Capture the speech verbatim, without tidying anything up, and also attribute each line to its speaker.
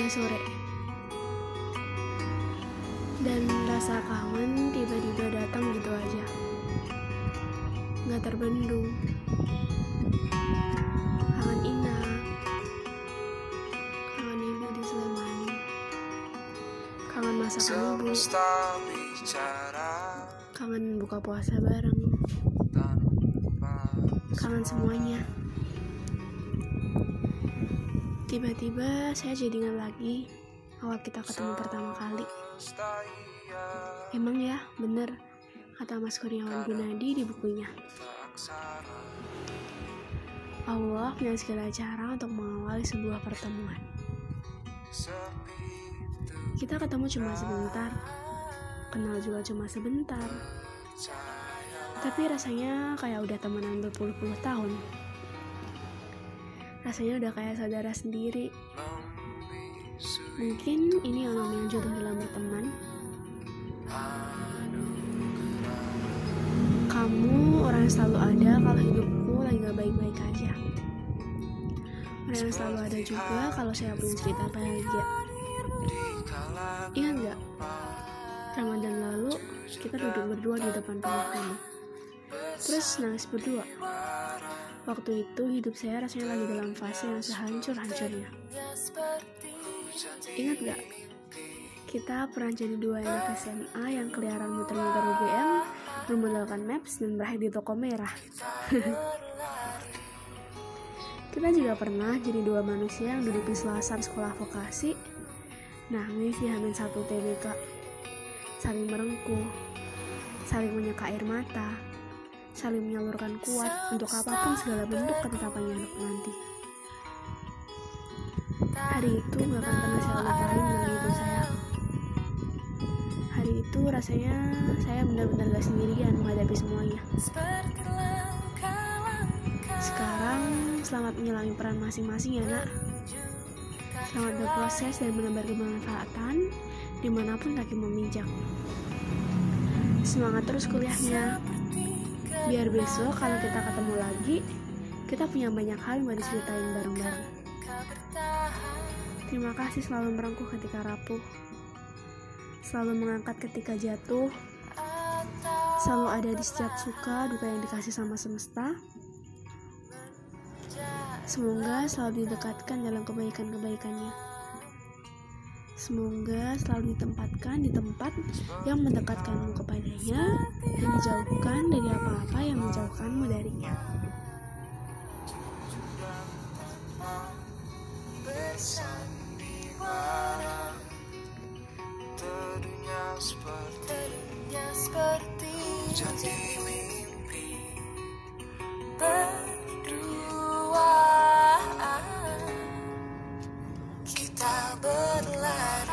Speaker 1: sore. Dan rasa kangen tiba-tiba datang gitu aja, gak terbendung. Kangen Ina, kangen ibu di Sleman, kangen masakan ibu, kangen buka puasa bareng, kangen semuanya. Tiba-tiba saya jadi ingat lagi awal kita ketemu pertama kali. Emang ya, bener kata Mas Kurniawan Gunadi di bukunya. Allah punya segala cara untuk mengawali sebuah pertemuan. Kita ketemu cuma sebentar, kenal juga cuma sebentar, tapi rasanya kayak udah temenan berpuluh-puluh tahun. Rasanya udah kayak saudara sendiri. Mungkin ini yang namanya jodoh dalam berteman. Kamu orang yang selalu ada kalau hidupku lagi gak baik-baik aja. Orang yang selalu ada juga kalau saya punya cerita bahagia. Ingat gak? Ramadan lalu kita duduk berdua di depan rumah kamu, terus nangis berdua. Waktu itu hidup saya rasanya lagi dalam fase yang sehancur-hancurnya. Ingat gak? Kita pernah jadi dua anak S M A yang keliaran muter-muter U G M, bermodalkan Maps, dan berakhir di toko merah. Kita juga pernah jadi dua manusia yang duduk di selasar sekolah vokasi, nangis di Hamin satu T B K, saling merengkuh, saling menyeka air mata, saling menyalurkan kuat untuk apapun segala bentuk ketetapannya nanti. Hari itu gak akan pernah saya lupain dengan ibu saya. Hari itu rasanya saya benar-benar gak sendirian menghadapi semuanya. Sekarang selamat menjalani peran masing-masing ya nak. Selamat berproses dan menebar kemanfaatan dimanapun kaki memijak. Semangat terus kuliahnya. Biar besok kalau kita ketemu lagi, kita punya banyak hal yang mau diceritain bareng-bareng. Terima kasih selalu merengkuh ketika rapuh, selalu mengangkat ketika jatuh, selalu ada di setiap suka duka yang dikasih sama semesta. Semoga selalu didekatkan dalam kebaikan-kebaikannya. Semoga selalu ditempatkan di tempat yang mendekatkanmu kepadanya dan dijauhkan dari apa-apa yang menjauhkanmu darinya.
Speaker 2: Terdunia seperti janji mimpi berdua, kita berlari.